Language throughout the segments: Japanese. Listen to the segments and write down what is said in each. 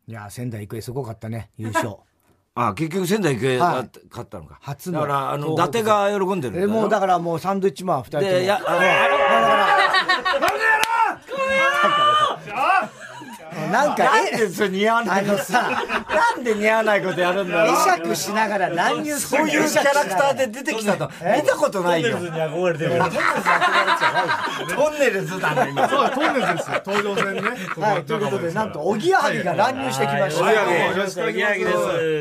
いや仙台育英すごかったね優勝。 結局仙台育英が勝ったのか。 初のだから伊達が喜んでる。 もうだからもうサンドイッチマン2人とも。 でなんでそれ似合わないのさ。なんで似合わないことやるんだよ。 会釈しながら乱入する。 そういうキャラクターで出てきたと見たことないよ。 トンネルズに憧れてる。 トンネルズだね今。 そうトンネルズですよ。東上線ね。 はい、ということでなんとおぎやはぎが乱入してきました。 おぎやはぎです。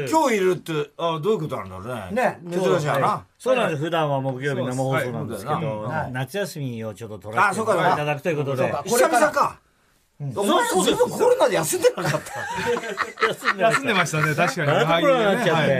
今日いるってどういうことなんだろうね。珍しいな。 そうなんです。普段は木曜日生放送なんですけど、夏休みをちょっと取らせていただくということで。 久々か。お前ずっとコロナで休んでなかった。 休んでましたね、確かに。 またコロナになっちゃって、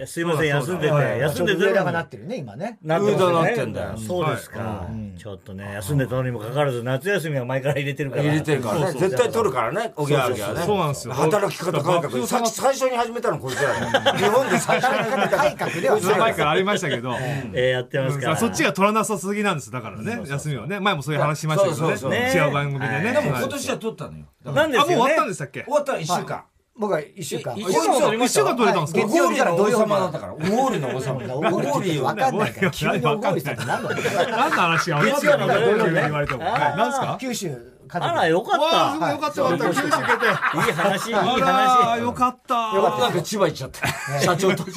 すいません、休んでて、休んでて。 上田がなってるね、今ね。 上田なってんだよ。 そうですか。ちょっとね、休んでたのにもかかわらず、夏休みは前から入れてるから。 入れてるからね。絶対取るからね、おぎやはぎはね。 そうなんですよ。 働き方改革。さっき最初に始めたのこいつらね。日本で最初に始めた改革では前からありましたけど。 やってますから。 そっちが取らなさすぎなんです、だからね、休みをね。前もそういう話しましたけどね。違う番組でね。 でも今年は取ったのよ。 なんですよね。 もう終わったんでしたっけ？ 終わった1週間。 僕は1週間。 1週間取れたんですか？ 月曜日から王様だったから。おごりの王様。おごりわかんないから。急におごりさんって何の話が月曜の土曜日言われても。何ですか？ 九州。 あら、よかった。 よかった、よかった。九州行けて。 いい話、いい話。 よかった。 なんか千葉行っちゃった。社長と。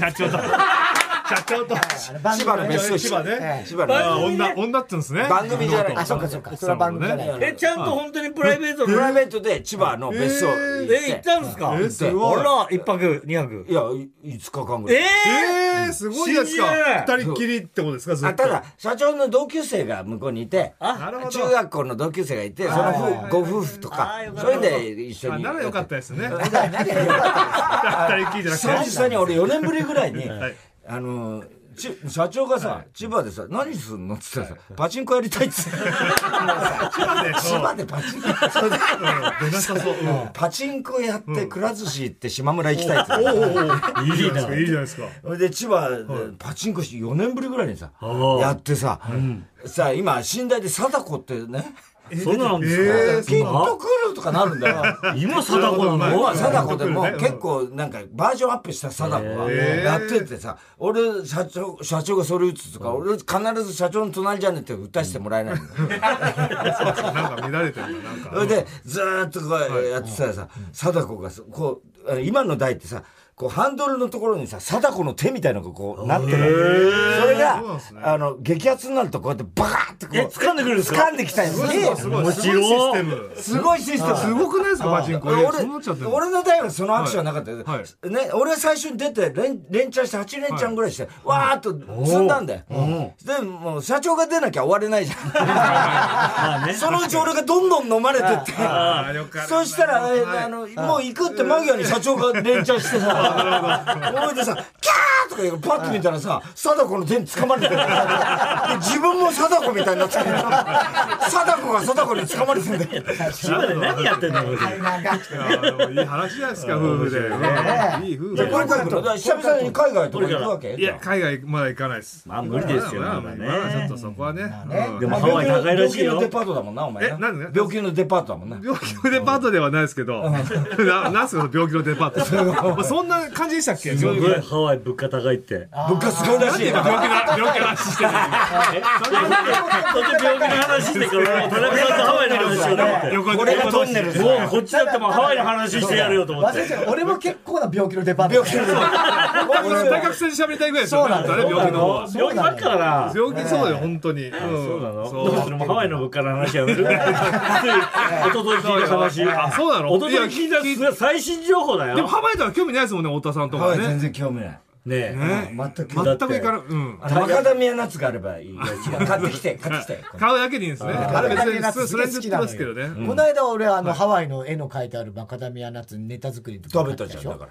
千葉の別荘。 千葉ね。 千葉の。 女ってんですね。 番組じゃない。 あ、そっかそっか。それは番組じゃない。 ちゃんと本当にプライベートで千葉の別荘。 行ったんですか？ すごい。 あら、1泊、2泊。 いや、5日間ぐらい。 すごいですか。二人っきりってことですか、ずっと。 ただ、社長の同級生が向こうにいて、中学校の同級生がいて、そのご夫婦とか、それで一緒に。 ならよかったですね。 何がよかったですか？ 二人っきりじゃなくて。 久々に俺4年ぶりぐらいに、社長がさ、千葉でさ、何すんのって言ったらさ、パチンコやりたいっつって。千葉でパチンコ出なさそう。 パチンコやってくら寿司行って島村行きたいっつって。 いいじゃないですか。 それで千葉でパチンコ4年ぶりぐらいにさ、やってさ、さ、今、寝台で貞子ってね、 そうなんですか？ きっと来るとかなるんだよ。 今貞子なの？ 今貞子でも結構なんかバージョンアップした貞子がやっててさ、俺社長がそれ打つとか、俺必ず社長の隣じゃねって打たせてもらえないんだよ。 なんか乱れてるんだ、なんか。 それでずーっとこうやってたらさ、貞子がこう、今の台ってさ、こうハンドルのところにさ、貞子の手みたいなのがこうなってる。それが、激アツになるとこうやってバカーってこう。 掴んでくるんですか？ 掴んできたんですげえ。 すごいシステム。 すごいシステム。 すごくないですか、パチンコ。 俺の代はそのアクションなかったよ。ね、俺は最初に出て、連チャンして、8連チャンぐらいして、わーっと積んだんだよ。でも、社長が出なきゃ終われないじゃん。そのうち俺がどんどん飲まれてって。そしたら、もう行くって間際に社長が連チャンしてさ、それでさ、キャーとか言うパッと見たらさ、貞子の手に掴まれてる。自分も貞子みたいになってる。貞子が貞子に掴まれてるんだよ。 千葉で何やってんの？ いい話じゃないですか、夫婦で。いい夫婦で。 これから久々に海外とか行くわけ？ いや、海外まだ行かないです。 まあ無理ですよ。まだね。 ちょっとそこはね。 でもハワイ高いらしいよ。 病気のデパートだもんな、お前。病気のデパートだもんな。 病気のデパートではないですけど。なんすか、病気のデパート。そんな感じでしたっけ？ すごいハワイ物価高いって。 物価すごいらしいよ。 病気の話してる。 そっち病気の話してから、田中さんとハワイの話しようと思って。 俺がトンネル。 もうこっちだってもうハワイの話してやるよと思って。 俺も結構な病気のデパート。 病気のデパート。 大学生に喋りたいぐらいですよ。病気の方は。 病気ばっかだな。 病気そうだよ、本当に。 そうなの？どうするもハワイの物価の話やめる？おととい聞いた話。 あ、そうなの？ おととい聞いた最新情報だよ。 でもハワイとは興味ないですもんね、太田さんとかね。 全然興味ない。 ねえ。 全く行かない。 マカダミアナッツがあればいい。買ってきて。 買うだけでいいんですね。それ好きなんですけどね。 この間俺ハワイの絵の描いてあるマカダミアナッツネタ作り食べたじゃんだから。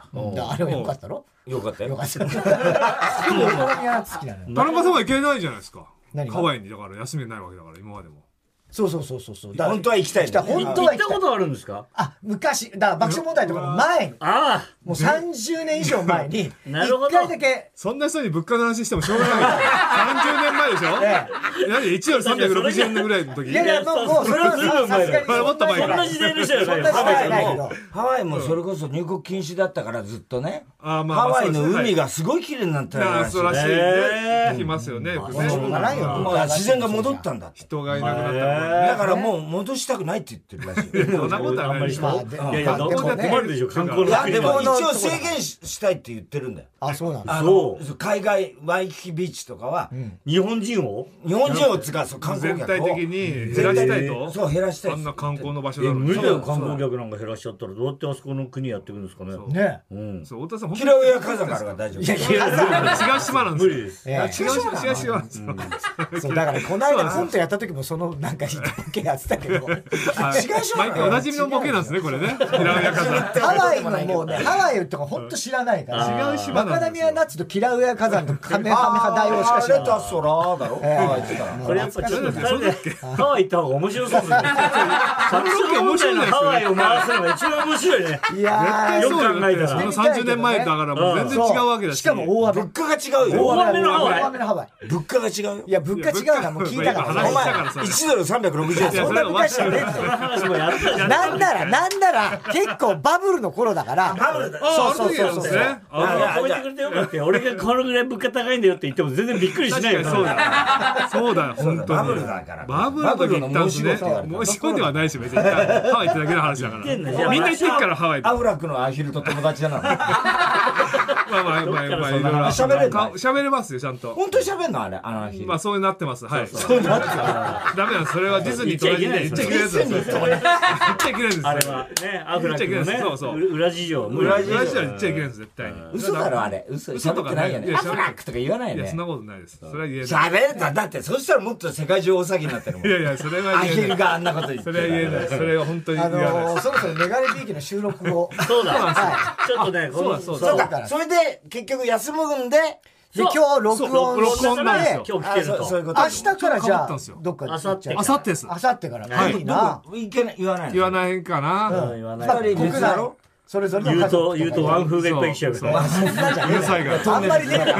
あれはよかったろ？ よかったよ。 よかった。マカダミアナッツ好きなのよ。 田中さんは行けないじゃないですか。 何？ ハワイにだから休みないわけだから今までも。 そう。 本当は行きたいんだ。 本当は行ったことあるんですか？ 昔、だから爆笑問題とかの前に、もう30年以上前に、1回だけ。 そんな人に物価の話してもしょうがない。30年前でしょ？何 ?1 ドル360円ぐらいの時。 いや、もう、それはさすがに。 もっと前そんな時代でしたよね。 ハワイもそれこそ入国禁止だったからずっとね。ハワイの海がすごい綺麗になったらしい。 そうらしいね。聞きますよね。 自然が戻ったんだって。 人がいなくなっただからもう戻したくないって言ってるらしい。 そんなことはないでしょ。 いやいや、どこで困るでしょ、観光の。 でも一応制限したいって言ってるんだよ。 そうなんだ。 海外、ワイキキビーチとかは、 日本人を使う、観光客を。 全体的に減らしたいと。 そう、減らしたい。 あんな観光の場所だろう。 無理だよ、観光客なんか減らしちゃったら、どうやってあそこの国やっていくんですかね。 ね。 そう、太田さん、 キラウエア火山からが大丈夫。 いや、 違う島なんですよ。 無理です。 違う島なんですよ。 そう、だからこの間コントやった時もそのなんかボケやってたけど、違う島なんだよ。 おなじみのボケなんですね、これね。キラウエア火山。 ハワイのもうね、ハワイとか本当知らないから。 違う島マカダミアナッツとキラウエア火山とカメハメハ大王しか知らない。 レタスソラーだろ。 これやっぱちょっと2人でハワイ行った方が面白そうですね。面白いハワイを回すのが一番面白いね。 いやよく考えたら。 その30年前だからもう全然違うわけだし。 しかも大雨。 物価が違うよ。 大雨のハワイ。 物価が違うよ。 いや、物価違うな、もう聞いたから。 お前、1ドル360円。 そんな昔じゃねえんだよ。なんなら、結構バブルの頃だから。 バブルだ。 そう。 褒めてくれてよかったよ。俺がこのぐらい物価高いんだよって言っても全然びっくりしないよ。 そうだよ、本当に。 バブルだから。 バブルの時行ったんですね。申し込んではないし、別に。ハワイ行っただけの話だから。みんな行ってっからハワイで。 アフラックのアヒルと友達だな。 まあ、喋れますよ、ちゃんと。 本当に喋んのあれ、アヒル。 まあ、そうなってます。はい。そうなってます。ダメなんです。それはディズニーと同じで言っちゃいけないやつです。言っちゃいけないです。 あれはね、アフラックのね、裏事情。 裏事情は言っちゃいけないです、絶対に。 嘘だろ、あれ。嘘とかないよね。アフラックとか言わないよね。 いや、そんなことないです。それは言えない。 喋れた。だって、そしたらもっと世界中大騒ぎになってるもん。 いや、それは言えない。 アヒルがあんなこと言って。 それは言えない。それは本当に言えない。 そろそろメガネビーキの収録を。 そうだ。ちょっとね、 そうだ。それで、結局休むんで、 今日録音なんですよ。 今日来てると。 そういうこと。 明日からじゃあ、どっかあさってあさってです。 あさってから。いいな。 言わない。 言わないかな。 言わない。 国内それぞれの言うとワン風がいっぱい来ちゃうから。 そんなじゃねえ。あんまりねえから。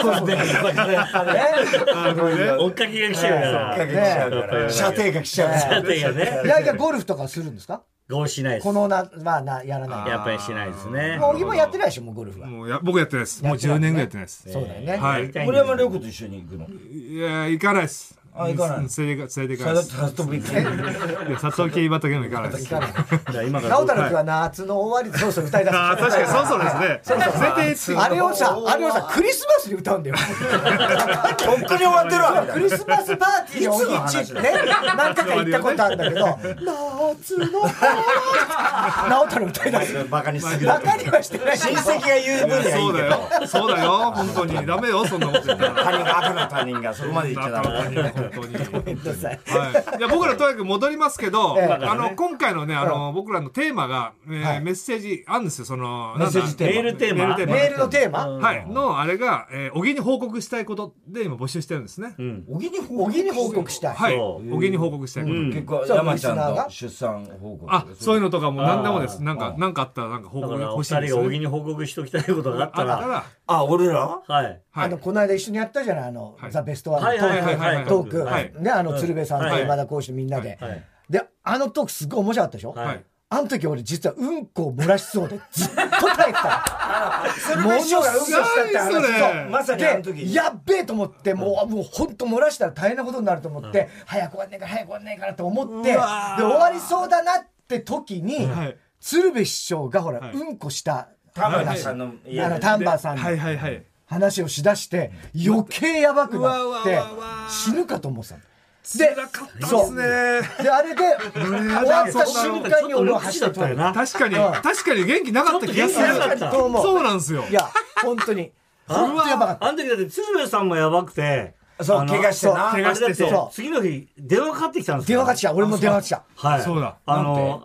追っかけが来ちゃうから。 射程が来ちゃう。 射程がね。 いや、ゴルフとかするんですか？ ゴルフしないです。 このやらない。 やっぱりしないですね。 もう今やってないでしょ、もうゴルフは。 僕やってないです。もう10年ぐらいやってないです。 そうだよね。 はい。 森山良子と一緒に行くの？ いや、行かないです。 行かない。 連れて行かないです。 サトウキビ畑も行かないです。 直太朗君は夏の終わり、そうそう歌い出す。 確かにそろそろですね。 あれをさ、クリスマスに歌うんだよ。 本当に終わってるわ。 クリスマスパーティーのおぎちね、何回か行ったことあるんだけど、夏の直太朗歌い出す。 バカにしすぎバカにはしてない。 親戚が言う分にはいいけど。 そうだよ、本当に。ダメよ、そんなこと言ったら。 赤の他人がそこまで言っちゃダメ。 本当に。はい。じゃあ僕らとにかく戻りますけど、今回のね、僕らのテーマが、メッセージあるんですよ、そメールテーマ。 メールのテーマはい。の、あれが、小木に報告したいことで今募集してるんですね。 小木に報告したい。 はい。小木に報告したいこと。 結構、山ちゃんの出産報告。 あ、そういうのとかも何でもです。なんかあったらなんか報告欲しいです。 お二人が小木に報告しときたいことがあったら。 あ、俺ら？ はい。 この間一緒にやったじゃない、ザ・ベストワンのトーク。ね、鶴瓶さんと今田耕司とみんなで。で、トークすごい面白かったでしょ？はい。あの時俺実はうんこを漏らしそうでずっと耐えてた。 鶴瓶師匠がうんこしたって話。まさにあの時。 やっべえと思って、もうほんと漏らしたら大変なことになると思って、早く終わんねえからと思って、で、終わりそうだなって時に、鶴瓶師匠がほら、うんこした、 丹波さんの丹波さんの話をしだして、余計やばくなって、死ぬかと思ってた。 で、そう。 で、あれで、終わった瞬間に俺は走ったよな。 確かに元気なかった気がする。そうなんですよ。 いや、本当に。本当やばかった。 あの時だって鶴瓶さんもやばくて、 そう、怪我してな。 怪我してそう。次の日、電話かかってきたんですよ。 電話かかってきた。俺も電話かかってきた。 はい。 そうだ。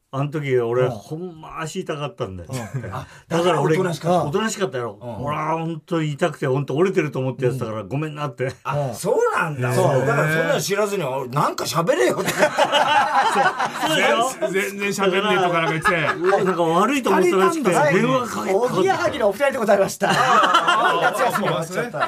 あの時俺ほんま足痛かったんだよ。だから俺おとなしかったよ。俺は本当に痛くて本当折れてると思ってやつだからごめんなって。 あ、そうなんだ。だからそんなの知らずになんか喋れよって。 全然喋んねえとかなんか言って。 なんか悪いと思ったらしくて電話がかけて。 おぎやはぎのお二人でございました。夏休み終わっちゃった。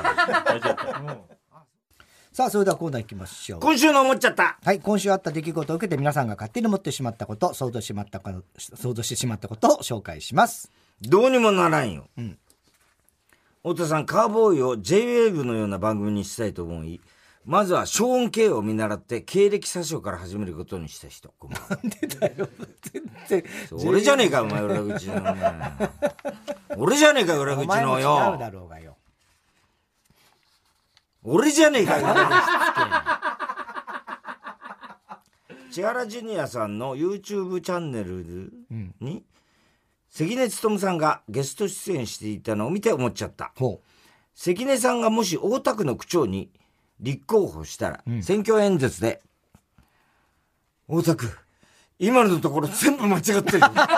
さあ、それではコーナー行きましょう。 今週の思っちゃった。 はい、今週あった出来事を受けて皆さんが勝手に思ってしまったこと、想像してしまったことを紹介します。 どうにもならんよ。太田さん、カーボーイを J-WAVE のような番組にしたいと思い、まずはショーン・ケイを見習って経歴詐称から始めることにした人。 なんでだよ。全然。 俺じゃねえか、お前、裏口の。俺じゃねえか、裏口のよ。 お前も違うだろうがよ。 俺じゃねえかよ。千原ジュニアさんの YouTube チャンネルに、関根勤さんがゲスト出演していたのを見て思っちゃった。関根さんがもし大田区の区長に立候補したら、選挙演説で、大田区、今のところ全部間違ってる。と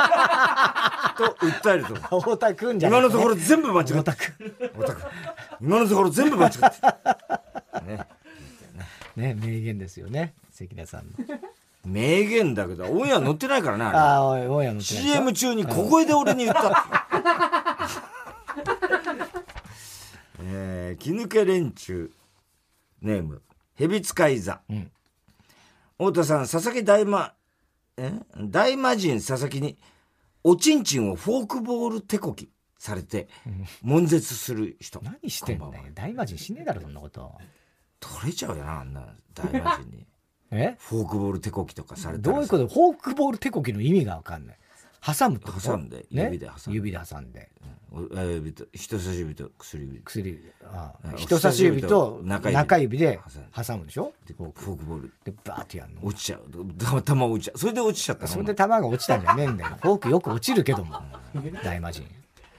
訴えると。 大田区んじゃない。 今のところ全部間違ってる。大田区。今のところ全部間違ってる。 ね、名言ですよね、関根さんの。 名言だけど、オンエア載ってないからね、 あれ。オンエア載ってない。 CM 中に小声で俺に言った。気抜け連中、ネーム、蛇使い座。太田さん、佐々木大魔神佐々木に、おちんちんをフォークボール手こきされて、悶絶する人。 何してんだよ。大魔神しねえだろ、そんなこと。 取れちゃうよな、あんな大魔神に。フォークボール手こきとかされたら。 どういうこと？フォークボール手こきの意味がわかんない。挟むと挟んで、指で挟んで。 指で挟んで。 人差し指と薬指。 人差し指と中指で挟むでしょ？ フォークボール。 で、バーってやるの。 落ちちゃう。玉落ちちゃう。それで落ちちゃったの。 それで玉が落ちたんじゃねえんだよ。フォークよく落ちるけども。大魔神。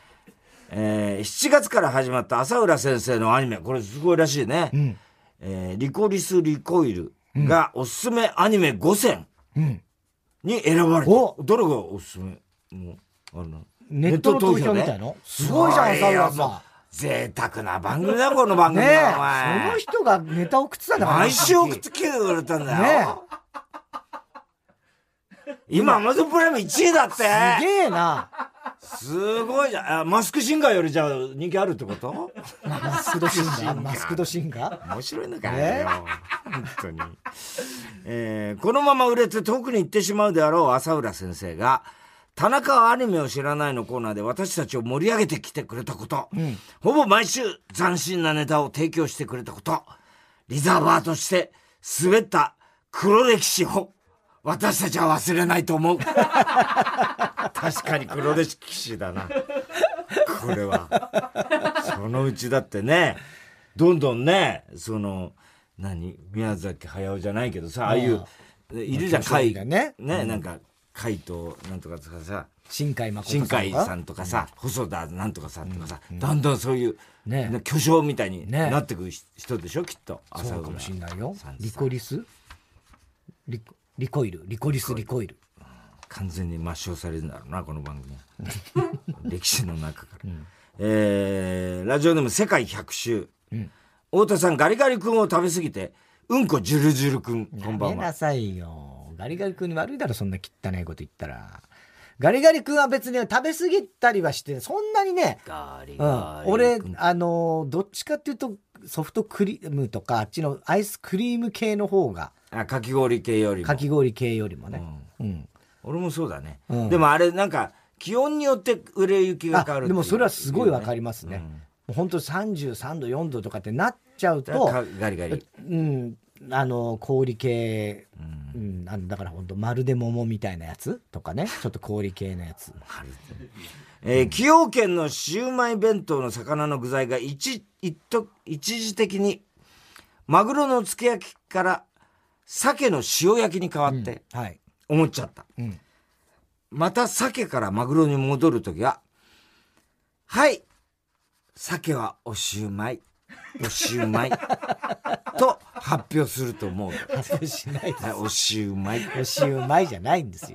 7月から始まった浅浦先生のアニメ。これすごいらしいね。リコリス・リコイルがおすすめアニメ5選に選ばれた。どれがおすすめ？ ネットの投票みたいの？すごいじゃん、浅浦さん。 贅沢な番組だ、この番組は。その人がネタ送ってたんだから。 毎週送ってきてくれたんだよ。今、アマゾンプライム1位だって。すげえな。 すごいじゃん。マスクシンガーよりじゃあ人気あるってこと？ マスクドシンガー？マスクドシンガー？面白いのかよ。本当に。このまま売れて遠くに行ってしまうであろう浅浦先生が、田中はアニメを知らないのコーナーで私たちを盛り上げてきてくれたこと、ほぼ毎週斬新なネタを提供してくれたこと、リザーバーとして滑った黒歴史を私たちは忘れないと思う。確かに黒歴史だな。これは。そのうちだってね、どんどんね、宮崎駿じゃないけどさ、ああいう、いるじゃん、海ね、なんか、海となんとかとかさ、 新海さんとかさ、細田なんとかさんとかさ、だんだんそういう、巨匠みたいになってくる人でしょ、きっと。 そうかもしんないよ。リコリスリコイル。 完全に抹消されるんだろうな、この番組。歴史の中から。ラジオネーム世界100周。太田さん、ガリガリ君を食べ過ぎて、うんこジュルジュル君、こんばんは。 やめなさいよ。ガリガリ君に悪いだろ、そんな汚いこと言ったら。ガリガリ君は別に食べ過ぎたりはして、そんなにね、俺、どっちかっていうと、ソフトクリームとか、あっちのアイスクリーム系の方が。 かき氷系よりも。 かき氷系よりもね。 俺もそうだね。でもあれ、なんか、気温によって売れ行きが変わる。 でもそれはすごいわかりますね。本当33度、4度とかってなっちゃうと、 ガリガリ。 氷系、だから本当まるで桃みたいなやつとかね、ちょっと氷系のやつ。 崎陽軒のシウマイ弁当の魚の具材が一時的にマグロの漬け焼きから鮭の塩焼きに変わって思っちゃった。また鮭からマグロに戻るときは、はい、鮭はおシウマイ。おシウマイと発表すると思う。 発表しないです。 おシウマイ。 おシウマイじゃないんですよ。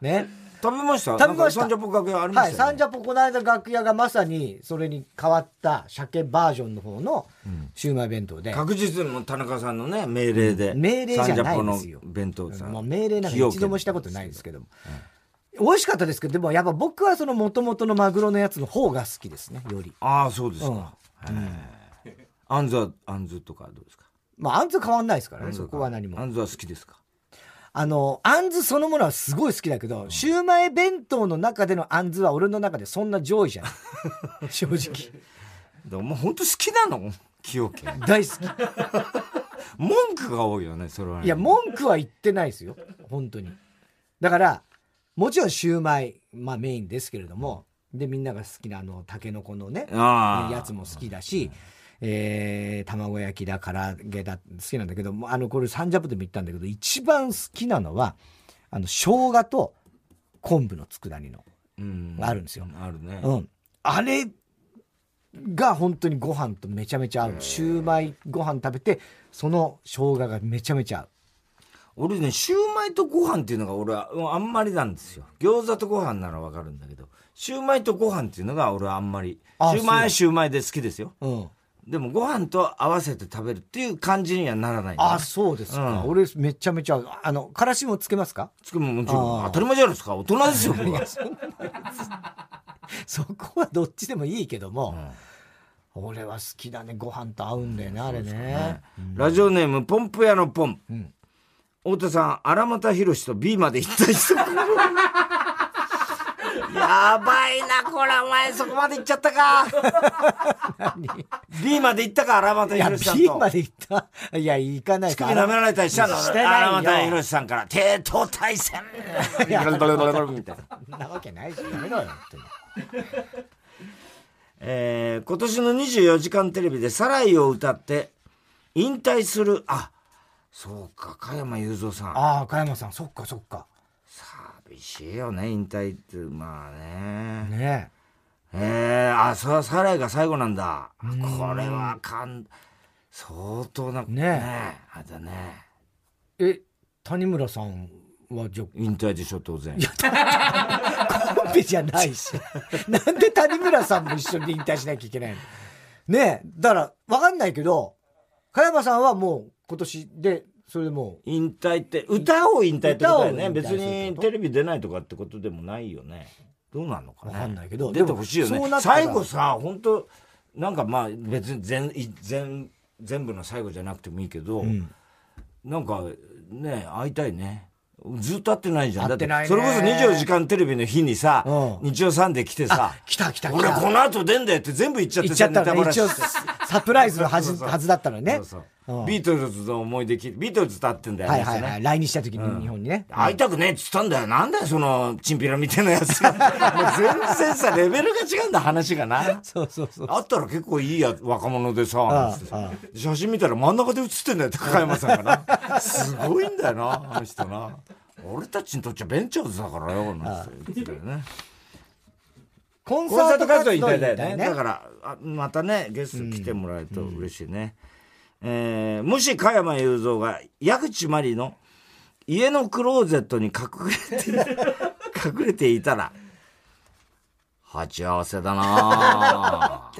ね。 食べました。 食べました。 サンジャポ楽屋ありましたよね。 はい、サンジャポこの間楽屋がまさにそれに変わった鮭バージョンの方のシウマイ弁当で、 確実に田中さんのね命令で、 命令じゃないですよ。 弁当さ、 もう命令なんか一度もしたことないですけども、美味しかったですけど、でもやっぱ僕はその元々のマグロのやつの方が好きですね、より。 ああ、そうですか。あんずとかどうですか？ まああんず変わんないですからね、そこは何も。 あんずは好きですか？ あんずそのものはすごい好きだけど、シウマイ弁当の中でのあんずは俺の中でそんな上位じゃない正直。 でも本当好きなの？崎陽軒大好き。 文句が多いよね、それはね。 いや、文句は言ってないですよ、本当に。だからもちろんシウマイ、まあメインですけれども、でみんなが好きなタケノコのねやつも好きだし、卵焼きだ唐揚げだ好きなんだけど、これサンジャポでも言ったんだけど、一番好きなのは生姜と昆布の佃煮のがあるんですよ。 あるね。 あれが本当にご飯とめちゃめちゃ合う。シューマイご飯食べてその生姜がめちゃめちゃ合う。 俺ね、シューマイとご飯っていうのが俺はあんまりなんですよ。餃子とご飯ならわかるんだけど、シューマイとご飯っていうのが俺はあんまり。シューマイはシューマイで好きですよ。でもご飯と合わせて食べるっていう感じにはならない、ね。 あ、そうですか。俺めちゃめちゃからしもつけますか？ つけももちろん当たり前じゃないですか。大人ですよ。 そこはどっちでもいいけども、俺は好きだね。ご飯と合うんだよね、あれね。 ラジオネームポンプ屋のポン。太田さん、荒俣宏と B まで行った人。やばいな、これ。お前そこまで行っちゃったか。B まで行ったか、荒俣宏さんと。 いや、B まで行った。いや、行かないか。 乳首舐められたりしたの？荒俣宏さんから帝都大戦みたいな。 そんなわけないし、やめろよ、本当に。 今年の24時間テレビでサライを歌って引退する、そうか、加山雄三さん。 加山さん、そっかそっか。 寂しいよね、引退って。まあね。 ねサライが最後なんだ。これは相当な。 ねあれだね。 谷村さんは引退でしょ、当然。 コンペじゃないし。なんで谷村さんも一緒に引退しなきゃいけないの？ねえ。だから、わかんないけど、加山さんはもう今年で、それでもう。 引退って、歌を引退ってことだよね。別にテレビ出ないとかってことでもないよね。どうなのかね。 わかんないけど。 出てほしいよね。最後さ、本当なんかまあ別に全部の最後じゃなくてもいいけど、なんかね、会いたいね。ずっと会ってないじゃん。だってそれこそ24時間テレビの日にさ、日曜サンデー来てさ、 来た俺この後出んだよって全部言っちゃってさ、ネタバラシサプライズのはずだったのにね。 ビートルズの思い出ビートルズと会ってんだよね。来日した時に日本にね。 会いたくねえって言ったんだよ。なんだよそのチンピラみたいなやつ。もう全然さレベルが違うんだ話がな。 そう。 会ったら結構いい若者でさ、写真見たら真ん中で写ってんだよ高山さんがな。すごいんだよなあの人な。俺たちにとっちゃベンチャーズだからよなんて言ってたよね。コンサート活動引退だよね。だからまたねゲスト来てもらえると嬉しいね。もし加山雄三が矢口真理の家のクローゼットに隠れていたら鉢合わせだな。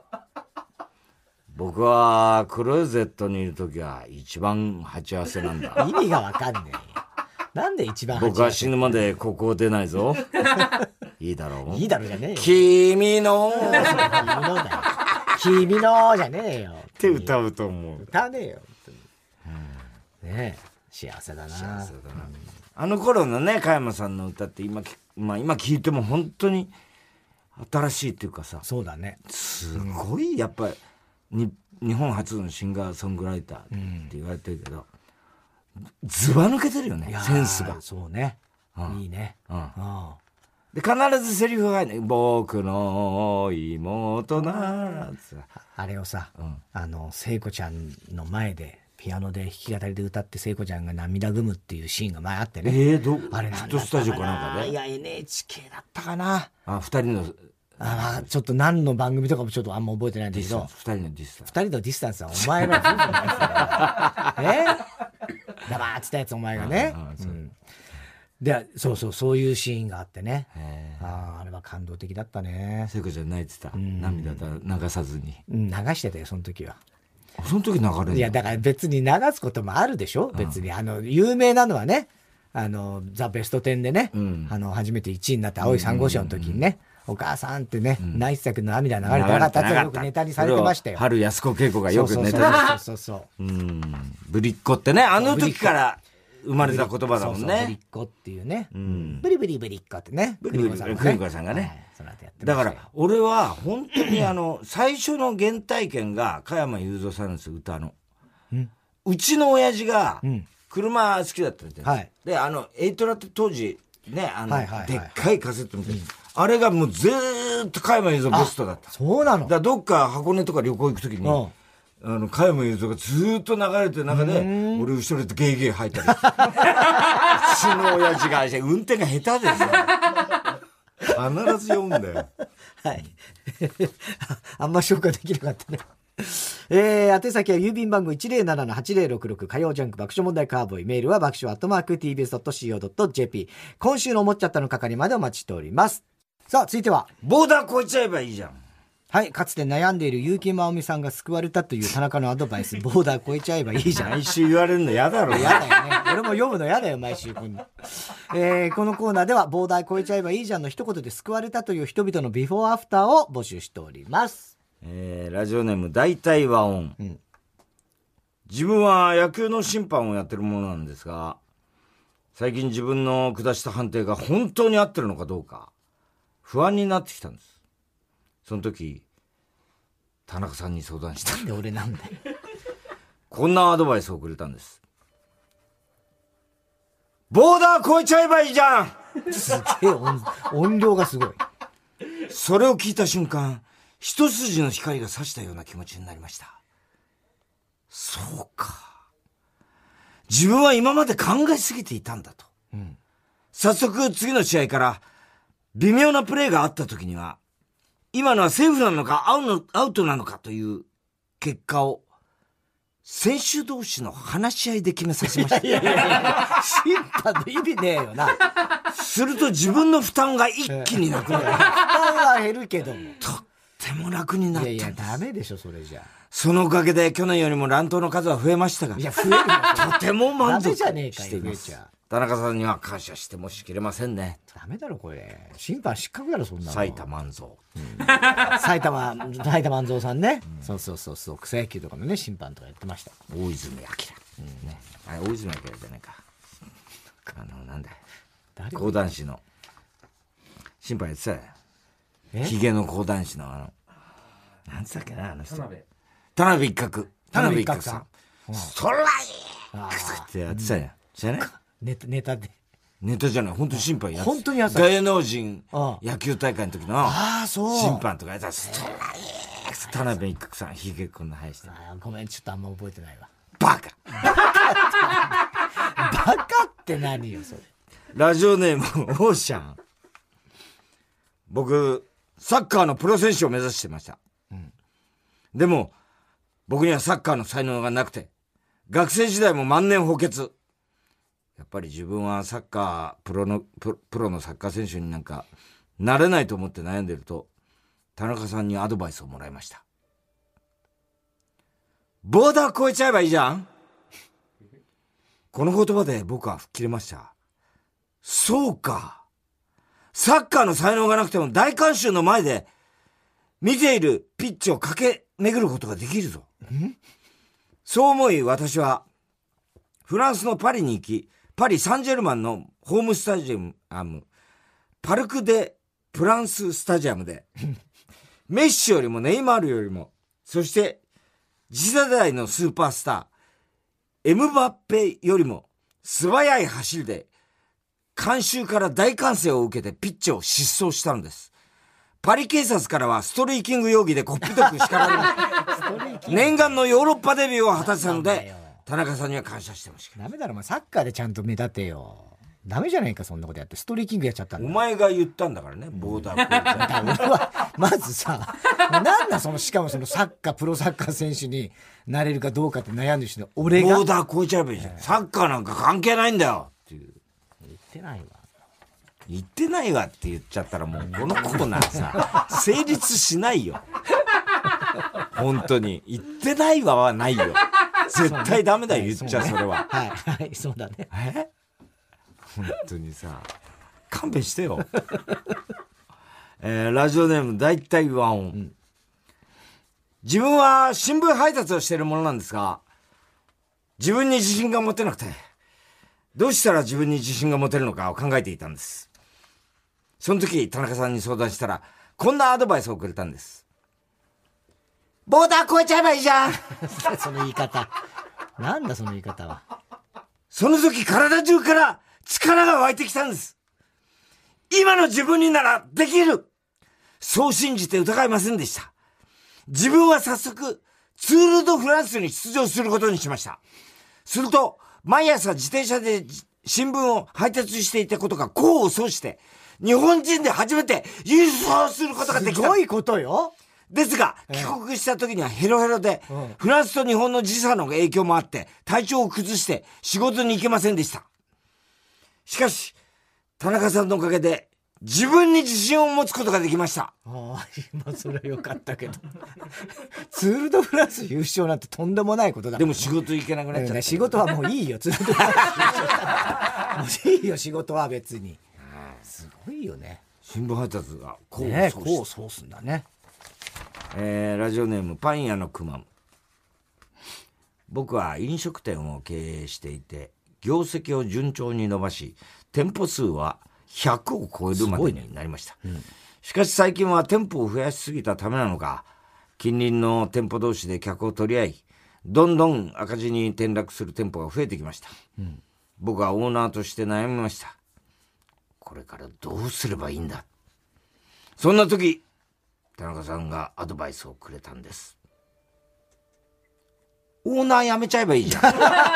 僕はクローゼットにいるときは一番鉢合わせなんだ。 意味がわかんねえ。なんで一番僕は死ぬまでここを出ないぞ。いいだろう。 いいだろうじゃねえよ。 君の君のじゃねえよ。 って歌うと思う。 歌ねえよ。ねえ、幸せだな。 あの頃のね加山さんの歌って今聞いても本当に新しいっていうかさ。 そうだね。 すごいやっぱり日本初のシンガーソングライターって言われてるけど。ずば抜けてるよねセンスが。 そうね、いいね。 で必ずセリフがね、僕の妹ならあれをさ、聖子ちゃんの前でピアノで弾き語りで歌って聖子ちゃんが涙ぐむっていうシーンが前あってね。 あれヒットスタジオかなんかで。 いや NHK だったかな。 2人のちょっと何の番組とかもちょっとあんま覚えてないんだけど、 2人のディスタンス。 2人のディスタンスはお前の夫婦のやつだ。黙ってたやつお前がね。 で、そういうシーンがあってね。あれは感動的だったね。 聖子ちゃん泣いてた。涙流さずに。 流してたよ、その時は。 その時流れる？ いや、だから別に流すこともあるでしょ？別に。有名なのはね、ザ・ベスト10でね、初めて1位になった青い3号車の時にね、お母さんってね、泣いてたけど涙流れてなかったってよくネタにされてましたよ。 春安子恵子がよくネタに。ぶりっ子ってね、あの時から生まれた言葉だもんね。 ぶりっ子っていうね。ブリブリブリっ子ってね。 クリコさんがね。だから、俺は本当に最初の原体験が加山雄三さんですよ、歌の。うちの親父が、車好きだったんですよ。で、エイトラって当時、ね、でっかいカセットみたいな。あれがもうずーっと加山雄三ベストだった。 そうなの？ だからどっか箱根とか旅行行くときに、加山雄三がずーっと流れてる中で、俺後ろでゲーゲー吐いたりして。うちの親父が、運転が下手ですよ。必ず読んだよ。 はい。あんま消化できなかったね。宛先は郵便番号 107-8066 火曜ジャンク爆笑問題カーボーイ。メールは爆笑@tbs.co.jp。今週の思っちゃったの係までお待ちしております。さあ、続いては。 ボーダー越えちゃえばいいじゃん。 はい。かつて悩んでいる結城まおみさんが救われたという田中のアドバイス。ボーダー越えちゃえばいいじゃん。 毎週言われるの嫌だろ。 嫌だよね。俺も読むの嫌だよ、毎週。このコーナーでは、ボーダー越えちゃえばいいじゃんの一言で救われたという人々のビフォーアフターを募集しております。 ラジオネーム大体和音、自分は野球の審判をやってるものなんですが、最近自分の下した判定が本当に合ってるのかどうか不安になってきたんです。その時田中さんに相談した。 なんで俺なんだよ。 こんなアドバイスをくれたんです。ボーダー越えちゃえばいいじゃん。 すげえ音量がすごい。 それを聞いた瞬間、一筋の光が差したような気持ちになりました。そうか。自分は今まで考えすぎていたんだと。早速次の試合から微妙なプレーがあった時には、今のはセーフなのかアウトなのかという結果を選手同士の話し合いで決めさせました。 いや審判の意味ねえよな。 すると自分の負担が一気になくなる。負担は減るけども。 とっても楽になったんです。 いやダメでしょそれじゃ。 そのおかげで去年よりも乱闘の数は増えましたが、 いや増えるよ。 とても満足しています。田中さんには感謝してもしきれませんね。 ダメだろこれ。審判失格だろそんなの。 埼玉万蔵。 埼玉万蔵さんね。そう草野球とかのね審判とかやってました。 大泉明。ね。あれ大泉明じゃないか。なんだよ。講談師の審判やってたよ。ヒゲの講談師のなんつったっけな人。田辺一角さん。そらいいってやってたやん。知らない？ ネタで。 ネタじゃない、本当に審判やってた。 本当にやった。 芸能人野球大会の時の審判とかやったら、そらいい田辺一角さん、ヒゲこんな生やして。 ごめん、ちょっとあんま覚えてないわ。 バカバカって何よ、それ。 ラジオネーム、オーシャン。僕、サッカーのプロ選手を目指してました。でも、僕にはサッカーの才能がなくて、学生時代も万年補欠。やっぱり自分はサッカー、プロのサッカー選手になんか、なれないと思って悩んでると、田中さんにアドバイスをもらいました。ボーダー越えちゃえばいいじゃん。この言葉で僕は吹っ切れました。そうか。サッカーの才能がなくても大観衆の前で見ているピッチを駆け巡ることができるぞ。そう思い私はフランスのパリに行き、パリ・サンジェルマンのホームスタジアム、パルク・デ・プランススタジアムでメッシよりもネイマールよりも、そして次世代のスーパースターエムバッペよりも素早い走りで観衆から大歓声を受けてピッチを疾走したのです。パリ警察からはストリーキング容疑でこっぴどく叱られました念願のヨーロッパデビューを果たしたので、田中さんには感謝してほしい。 ダメだろ、お前サッカーでちゃんと目立てよ。ダメじゃないか、そんなことやって。ストリーキングやっちゃったんだ。 お前が言ったんだからね、ボーダー越えちゃう。 俺はまずさ、なんだしかもそのサッカー、プロサッカー選手になれるかどうかって悩んでる人、俺がボーダー越えちゃえばいいじゃん。サッカーなんか関係ないんだよっていう。 ってないわ。 言ってないわって言っちゃったらもうこのコーナーさ成立しないよ。本当に言ってないわはないよ。絶対ダメだよ、言っちゃそれは。 はいはい、そうだね。 本当にさ勘弁してよ。ラジオネーム大体和音、自分は新聞配達をしているものなんですが、自分に自信が持てなくて、どうしたら自分に自信が持てるのかを考えていたんです。その時田中さんに相談したらこんなアドバイスをくれたんです。ボーダー越えちゃえばいいじゃん。 その言い方なんだその言い方は。 その時体中から力が湧いてきたんです。今の自分にならできる、そう信じて疑いませんでした。自分は早速ツール・ド・フランスに出場することにしました。すると毎朝自転車で新聞を配達していたことが功を奏して日本人で初めて優勝することができた。 すごいことよ。 ですが、帰国した時にはヘロヘロで、フランスと日本の時差の影響もあって体調を崩して仕事に行けませんでした。しかし田中さんのおかげで自分に自信を持つことができました。 ああ、今それはよかったけどツール・ド・フランス優勝なんてとんでもないことだ。 でも仕事行けなくなっちゃった、 仕事はもういいよ。ツール・ド・フランス優勝したらもういいよ、仕事は別に。すごいよね。 新聞配達が功を奏すんだね。 ラジオネームパン屋のくまん。僕は飲食店を経営していて業績を順調に伸ばし店舗数は100を超えるまでになりました、しかし最近は店舗を増やしすぎたためなのか近隣の店舗同士で客を取り合いどんどん赤字に転落する店舗が増えてきました、僕はオーナーとして悩みました。これからどうすればいいんだ。そんな時田中さんがアドバイスをくれたんです。オーナー辞めちゃえばいいじゃん。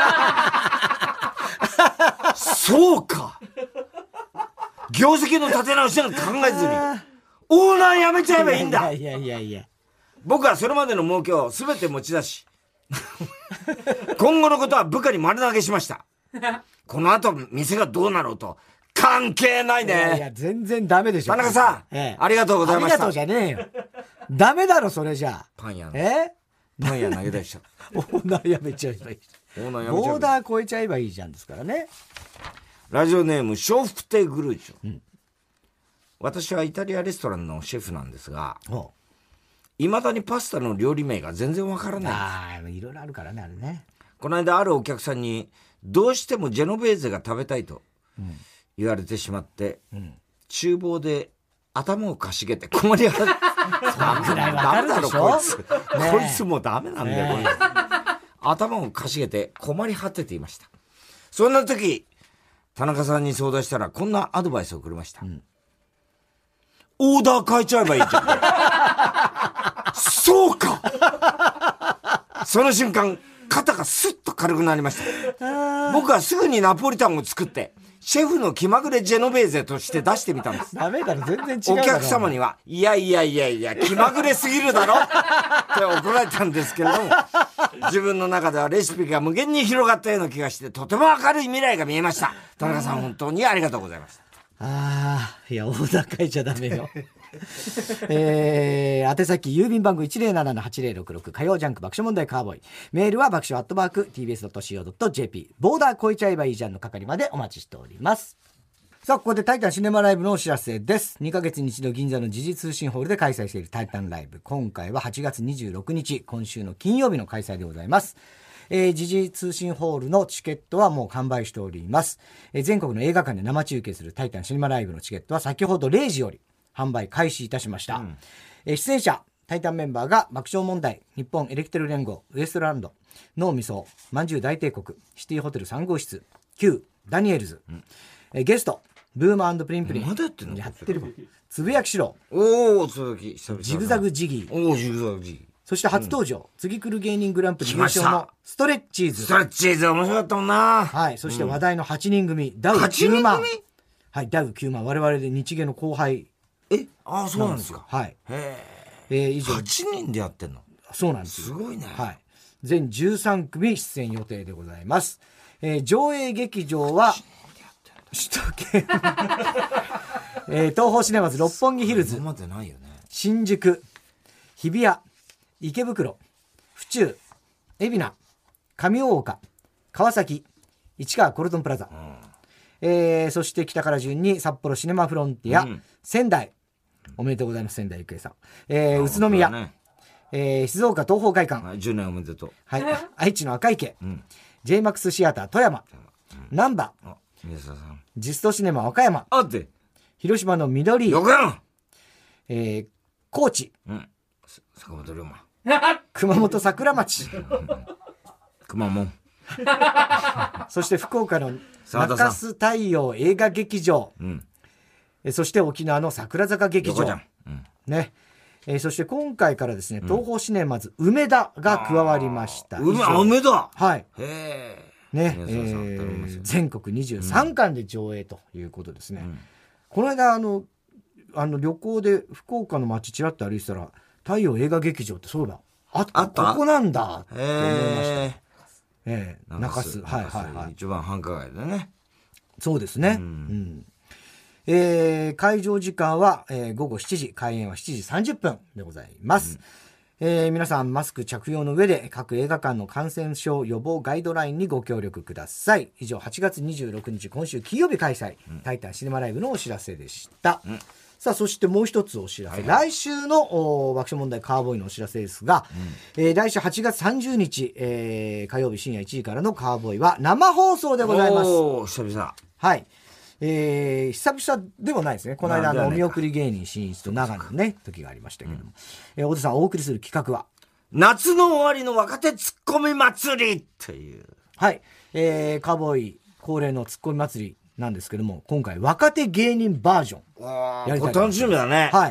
そうか、業績の立て直しなんか考えずにオーナー辞めちゃえばいいんだ。 いや僕はそれまでの儲けを全て持ち出し今後のことは部下に丸投げしました。この後店がどうなろうと関係ないね。 いや全然ダメでしょ田中さん、ありがとうございました。 ありがとうじゃねえよ。ダメだろそれじゃあ。 パン屋投げ出しちゃったオーナーやめちゃえばいい。ボーダー越えちゃえばいいじゃんですからね。 ラジオネーム笑福亭グルーチョ、私はイタリアレストランのシェフなんですが、いまだにパスタの料理名が全然わからないんです。 ああ、いろいろあるからね、あれね。 この間あるお客さんにどうしてもジェノベーゼが食べたいと言われてしまって、厨房で頭をかしげて困り果てダメだろこいつ、こいつもうダメなんだよ、頭をかしげて困り果てていました。そんな時田中さんに相談したらこんなアドバイスをくれました、オーダー変えちゃえばいいじゃん。そうか。その瞬間肩がスッと軽くなりました。僕はすぐにナポリタンを作ってシェフの気まぐれジェノベーゼとして出してみたんです。 ダメだろ、全然違う。 お客様にはいや気まぐれすぎるだろって怒られたんですけれども、自分の中ではレシピが無限に広がったような気がしてとても明るい未来が見えました。田中さん本当にありがとうございました。 いや、大高いちゃダメよ。宛先郵便番号 107-8066 火曜ジャンク爆笑問題カーボーイ、メールは爆笑@tbs.co.jp ボーダー越えちゃえばいいじゃんの係までお待ちしております。さあ、ここでタイタンシネマライブのお知らせです。2ヶ月に一度銀座の時事通信ホールで開催しているタイタンライブ、今回は8月26日今週の金曜日の開催でございます。時事通信ホールのチケットはもう完売しております。全国の映画館で生中継するタイタンシネマライブのチケットは先ほど0時より販売開始いたしました、出演者タイタンメンバーが爆笑問題、日本エレキテル連合、ウエストランド、脳みそ、まんじゅう大帝国、シティホテル3号室、Q、ダニエルズ、ゲストブーマー&プリンプリン、 まだやってんの？ やってるもん。つぶやきしろ、ジグザグジギー、 ジグザグジギー、 そして初登場、次来る芸人グランプリ優勝のストレッチーズ。 ストレッチーズ面白かったもんな。 はい。そして話題の8人組、ダウ9万。はい、ダウ9万。我々で日芸の後輩。 そうなんですか。 はい。 以上。8人でやってんの？ そうなんですよ。 すごいね。 はい。全13組出演予定でございます。上映劇場は、 首都圏、東宝シネマズ六本木ヒルズ、 までないよね、 新宿、日比谷、池袋、府中、海老名、上大岡、川崎、市川コルトンプラザ、そして北から順に札幌シネマフロンティア、仙台、おめでとうございます、仙台育英さん、宇都宮、静岡東宝会館、 10年おめでとう、 はい、愛知の赤池、JMAX シアター富山、難波、ジストシネマ和歌山、広島の緑、 横山、 高知、 坂本龍馬、 熊本桜町、 熊本、 そして福岡の中洲太陽映画劇場、そして沖縄の桜坂劇場、ね、そして今回からですね、東宝シネマズ梅田が加わりました。 梅田、 はい、ね、全国23巻で上映ということですね。この間旅行で福岡の街ちらっと歩いてたら、太陽映画劇場ってそういえばあった、ここなんだって思いました。中洲、 一番繁華街だね。 そうですね。会場時間は、午後7時、開演は7時30分でございます。皆さんマスク着用の上で各映画館の感染症予防ガイドラインにご協力ください。以上、8月26日今週金曜日開催、タイタンシネマライブのお知らせでした。さあ、そしてもう一つお知らせ、来週の爆笑問題カーボーイのお知らせですが、来週8月30日、火曜日深夜1時からのカーボーイは生放送でございます。 久々。 はい。久々でもないですね。この間お見送り芸人しんいちと長野のね時がありましたけども、太田さんお送りする企画は夏の終わりの若手ツッコミ祭りという、 はい、カーボーイ恒例のツッコミ祭りなんですけども、今回若手芸人バージョンやりたいと思います。 楽しみだね。 はい。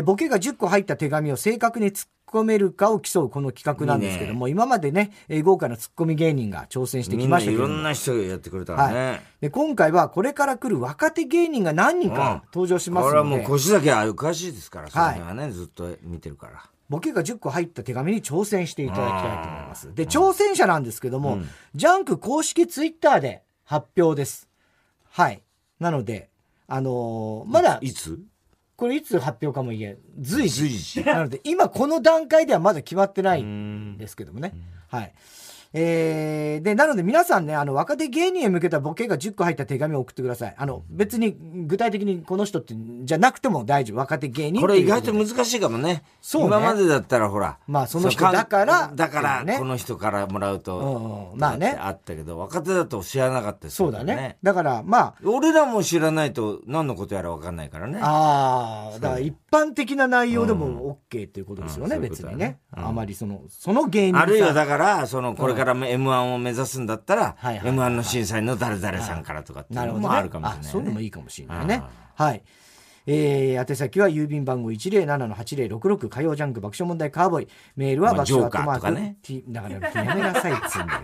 ボケが10個入った手紙を正確に突っ込めるかを競うこの企画なんですけども、今までね、豪華なツッコミ芸人が挑戦してきましたけども、 いろんな人がやってくれたからね。 で今回はこれから来る若手芸人が何人か登場しますので、 これはもう腰だけは詳しいですから、その辺はね、ずっと見てるから。 ボケが10個入った手紙に挑戦していただきたいと思います。で、挑戦者なんですけども、ジャンク公式ツイッターで発表です。はい。なので、まだ、 いつこれいつ発表かも言え随時なので今この段階ではまだ決まってないんですけどもね。はい。でなので皆さんね、若手芸人へ向けたボケが10個入った手紙を送ってください。別に具体的にこの人ってじゃなくても大丈夫。若手芸人っていうこれ意外と難しいかもね。そうね。今までだったらほら、 まあその人だからこの人からもらうと、 まあね、 あったけど、若手だと知らなかったですそうだね。だからまあ俺らも知らないと何のことやら分かんないからね。 ああ、だから一般的な内容でも OK っていうことですよね、別にね。あまりその芸人あるいはだからこれから M1 を目指すんだったら M1 の審査員の誰々さんからとかっていうのもあるかもしれないね。 そういうのもいいかもしれないね。はい。宛先は郵便番号 107-8066 火曜ジャンク爆笑問題カーボーイ。メールは爆笑アットマーク、だからやめなさいっつうんだよ。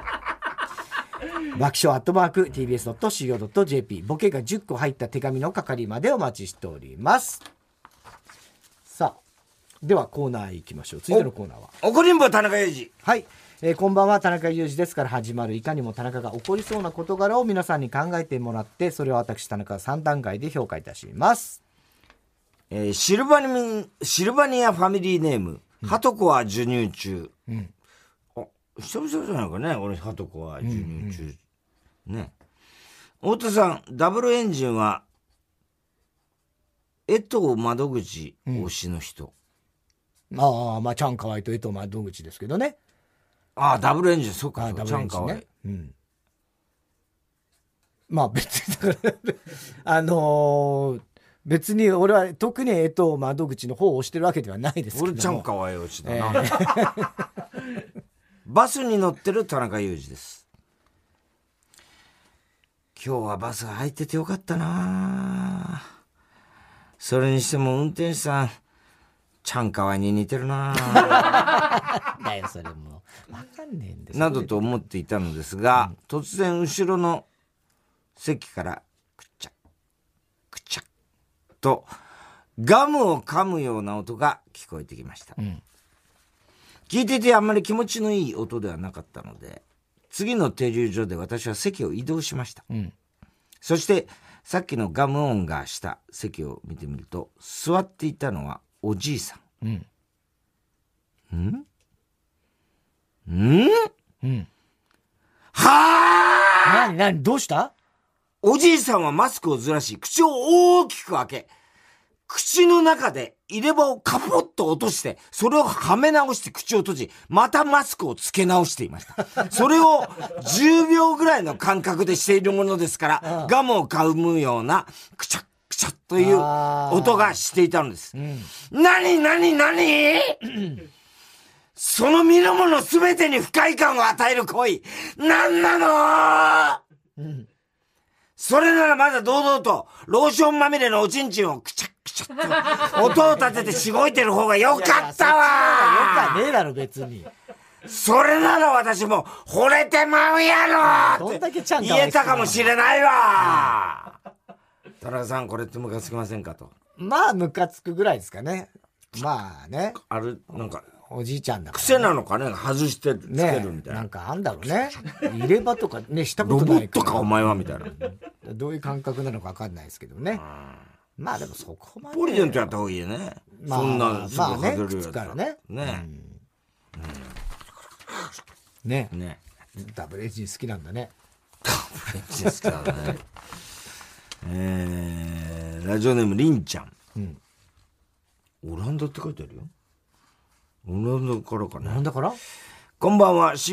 爆笑アットマーク tbs.co.jp。 ボケが10個入った手紙の係までお待ちしております。さあ、ではコーナー行きましょう。続いてのコーナーは怒りんぼ田中裕二。 はい、こんばんは、田中裕二ですから始まるいかにも田中が起こりそうな事柄を皆さんに考えてもらって、それを私田中が3段階で評価いたします。 シルバニアファミリーネーム、ハトコは授乳中。久々じゃないかね、俺ハトコは授乳中。ね。太田さん、ダブルエンジンは江藤窓口推しの人。 まあチャンカワイと江藤窓口ですけどね。 ダブルエンジン、そうか、チャンカワイ。 まあ別にだから別に俺は特に江藤窓口の方を押してるわけではないですけども。 俺チャンカワイ推しだな。バスに乗ってる田中裕二です。今日はバスが空いててよかったな。それにしても運転手さんチャンカワイに似てるな。 だよそれも分かんねえんですなどと思っていたのですが、突然後ろの席からくちゃくちゃとガムを噛むような音が聞こえてきました。聞いていてあんまり気持ちのいい音ではなかったので、次の停留所で私は席を移動しました。 そしてさっきのガム音がした席を見てみると、座っていたのはおじいさん。はぁ！何どうした？ おじいさんはマスクをずらし、口を大きく開け、口の中で入れ歯をカポッと落として、それをはめ直して口を閉じ、またマスクをつけ直していました。それを10秒ぐらいの間隔でしているものですから、ガムを噛むような、くちゃくちゃという音がしていたのです。何その身の者すべてに不快感を与える行為、何なの？それならまだ堂々と、ローションまみれのおちんちんをくちゃくちゃと、音を立ててしごいてる方がよかったわ。 よかねえだろ、別に。 それなら私も、惚れてまうやろって言えたかもしれないわ。田中さん、これってムカつきませんかと。 まあ、ムカつくぐらいですかね。まあね。 なんか、 おじいちゃんだから、 癖なのかね、外してつけるみたいな。 なんかあんだろうね。入れ歯とかね、したことないから。 ロボットかお前はみたいな。 どういう感覚なのか分かんないですけどね。まあでもそこまで。 ポリデントやった方がいいよね。 まあ、 そんなすぐ外れるやつ。 まあね、からね。ね。ダブルエンジン好きなんだね。 ダブルエンジン好きなんだね。ラジオネームりんちゃん。オランダって書いてあるよ。オランダからかな。 なんだから？ こんばんは、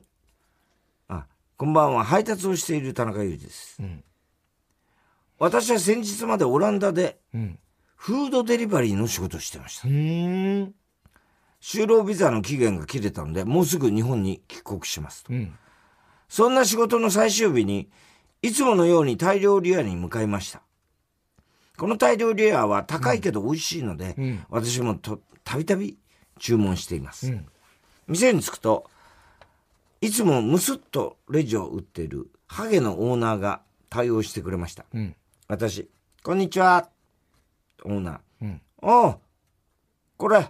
こんばんは、配達をしている田中裕二です。私は先日までオランダで、フードデリバリーの仕事をしてました。就労ビザの期限が切れたので、もうすぐ日本に帰国しますと。そんな仕事の最終日に、いつものようにタイ料理屋に向かいました。このタイ料理屋は高いけど美味しいので、私もたびたび注文しています。店に着くと、いつもムスッとレジを打っているハゲのオーナーが対応してくれました。私、こんにちは。オーナー。おう、これ。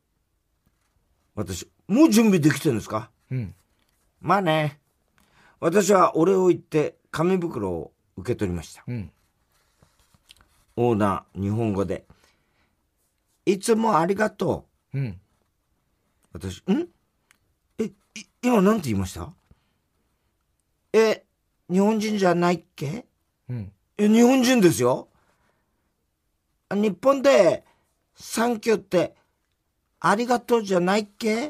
私、もう準備できてるんですか？まあね。私はお礼を言って紙袋を受け取りました。オーナー、日本語で。いつもありがとう。私、今なんて言いました？日本人じゃないっけ？日本人ですよ。日本で、サンキューって、ありがとうじゃないっけ？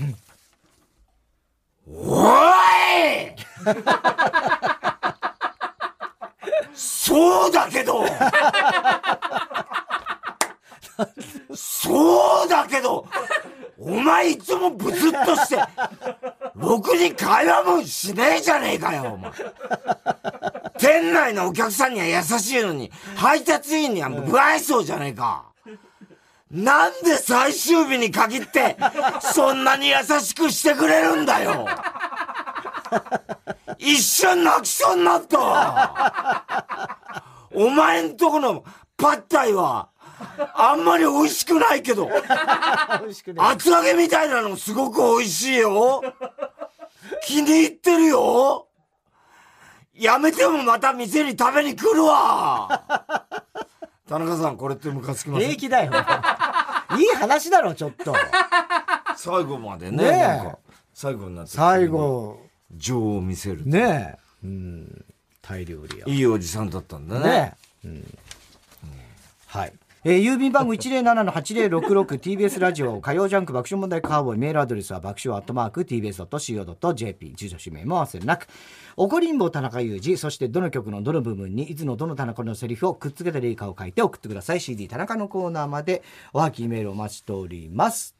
おいそうだけどそうだけどお前いつもブツッとして、ろくに会話もしねえじゃねえかよ、お前。店内のお客さんには優しいのに、配達員には不愛想じゃねえか。なんで最終日に限って、そんなに優しくしてくれるんだよ。一瞬泣きそうになったわ。お前んとこのパッタイは、あんまり美味しくないけど、厚揚げみたいなのすごく美味しいよ。気に入ってるよ。やめてもまた店に食べに来るわ。田中さん、これってムカつきます？ 平気だよ。いい話だろ、ちょっと。 最後までね。なんか最後になって。 最後。 情を見せる。 ねえ。タイ料理屋。 いいおじさんだったんだね。 はい。郵便番号 107-8066 TBS ラジオ火曜ジャンク爆笑問題カーボーイ、メールアドレスは爆笑@tbs.co.jp、 住所氏名も忘れなく。怒りんぼ田中裕二、そしてどの曲のどの部分にいつのどの田中のセリフをくっつけた例かを書いて送ってください。 CD 田中のコーナーまでおはきメールお待ちしております。